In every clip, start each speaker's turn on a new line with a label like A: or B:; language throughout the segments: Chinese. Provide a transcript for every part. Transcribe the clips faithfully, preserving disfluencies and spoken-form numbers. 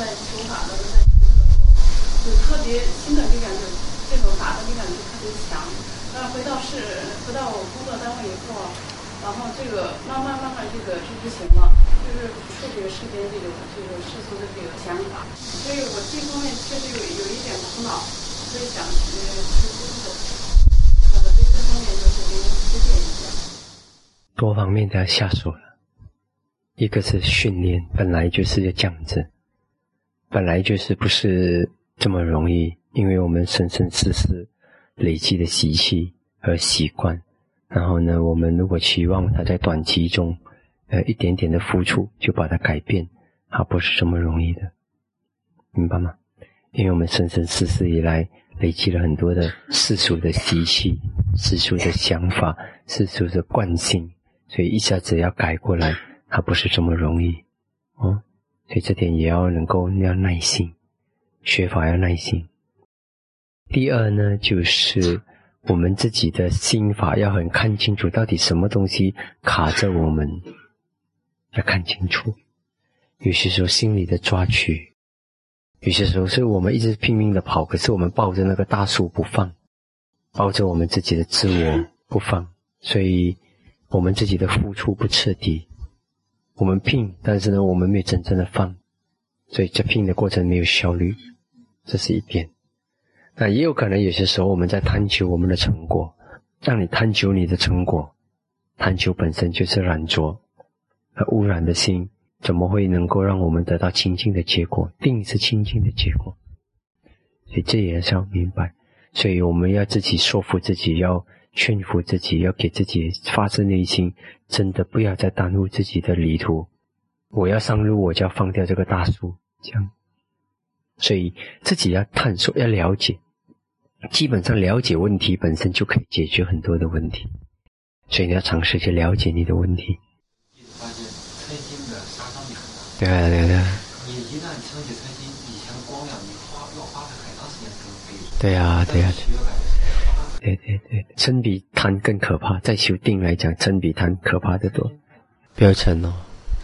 A: 求法的，在求的时候，就特别新的灵感，就这种法的灵感就特别强。但是回到是回到我工作单位以后，然后这个慢慢慢慢这个就不行了，就是特别世间这个这个世俗的这个想法，所以我这方面确实有有一点苦恼，所以想呃去工作，呃对这方面就是给您推荐一下。
B: 多方面都要下手了。一个是训练，本来就是要这样子，本来就是不是这么容易，因为我们生生世世累积的习气和习惯，然后呢，我们如果期望它在短期中呃一点点的付出就把它改变，它不是这么容易的，明白吗？因为我们生生世世以来累积了很多的世俗的习气、世俗的想法、世俗的惯性，所以一下子要改过来它不是这么容易哦，所以这点也要能够要耐心，学法要耐心。第二呢，就是我们自己的心法要很看清楚，到底什么东西卡着我们，要看清楚。有些时候心里的抓取，有些时候是我们一直拼命的跑，可是我们抱着那个大树不放，抱着我们自己的自我不放，所以我们自己的付出不彻底。我们拼，但是呢，我们没有真正的放，所以这拼的过程没有效率，这是一点。那也有可能有些时候我们在探求我们的成果，让你探求你的成果，探求本身就是染浊和污染的心，怎么会能够让我们得到清净的结果？定是清净的结果，所以这也是要明白。所以我们要自己说服自己，要劝服自己，要给自己发自内心，真的不要再耽误自己的旅途。我要上路，我就要放掉这个大树，这样。所以自己要探索，要了解，基本上了解问题本身就可以解决很多的问题。所以你要尝试去了解你的问题。
C: 一直发现嗔心的杀伤力很大。
B: 对啊，对啊，对啊。
C: 你一旦升起嗔心，以前的光亮你花要花费很长时间才能飞出。
B: 对啊，对啊。对对对，嗔比贪更可怕，在修定来讲，嗔比贪可怕得多。不要嗔哦。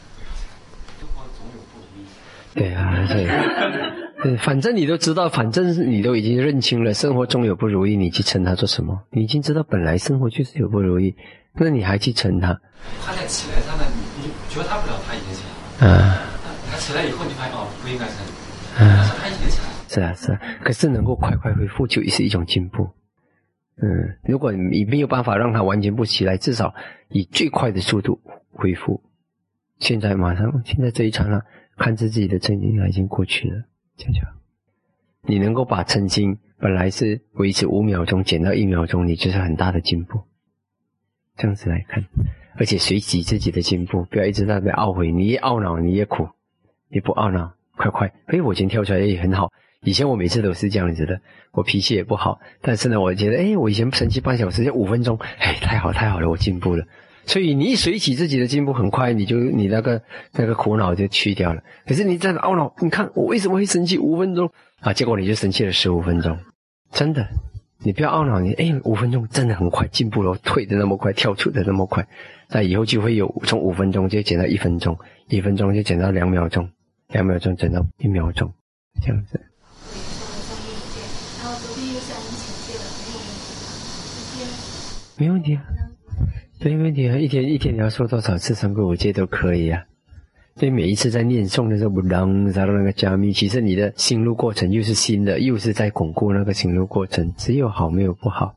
B: 对啊，对。对，反正你都知道，反正你都已经认清了，生活中有不如意，你去嗔他做什么？你已经知道本来生活就是有不如意，那你还去嗔他？
C: 他在起来他呢，你觉得他不了，他已经起来了。啊。他起来以后，你发现哦，不应该嗔。啊。他已经起来了。
B: 是啊，是啊。可是能够快快恢复，就是一种进步。嗯，如果你没有办法让他完全不起来，至少以最快的速度恢复。现在马上，现在这一刹那，看自己的嗔心已经过去了，这样就好。你能够把嗔心本来是维持五秒钟减到一秒钟，你就是很大的进步。这样子来看，而且随喜自己的进步，不要一直在那边懊悔。你一懊恼你也苦，你不懊恼，快快，诶，我今天跳出来也很好。以前我每次都是这样子的，我脾气也不好，但是呢，我觉得，诶，我以前生气半小时，就五分钟，诶，太好太好了，我进步了。所以你一随起自己的进步，很快你就你那个那个苦恼就去掉了。可是你在懊恼，你看我为什么会生气五分钟啊？结果你就生气了十五分钟，真的，你不要懊恼，你诶五分钟真的很快进步了，退的那么快，跳出的那么快，那以后就会有从五分钟就减到一分钟，一分钟就减到两秒钟，两秒钟减到一秒钟，这样子。没问题啊，没问题啊！一天一天你要说多少次三皈五戒都可以啊。所以每一次在念诵的时候，不让达到那个加密，其实你的心路过程又是新的，又是在巩固那个心路过程，只有好没有不好。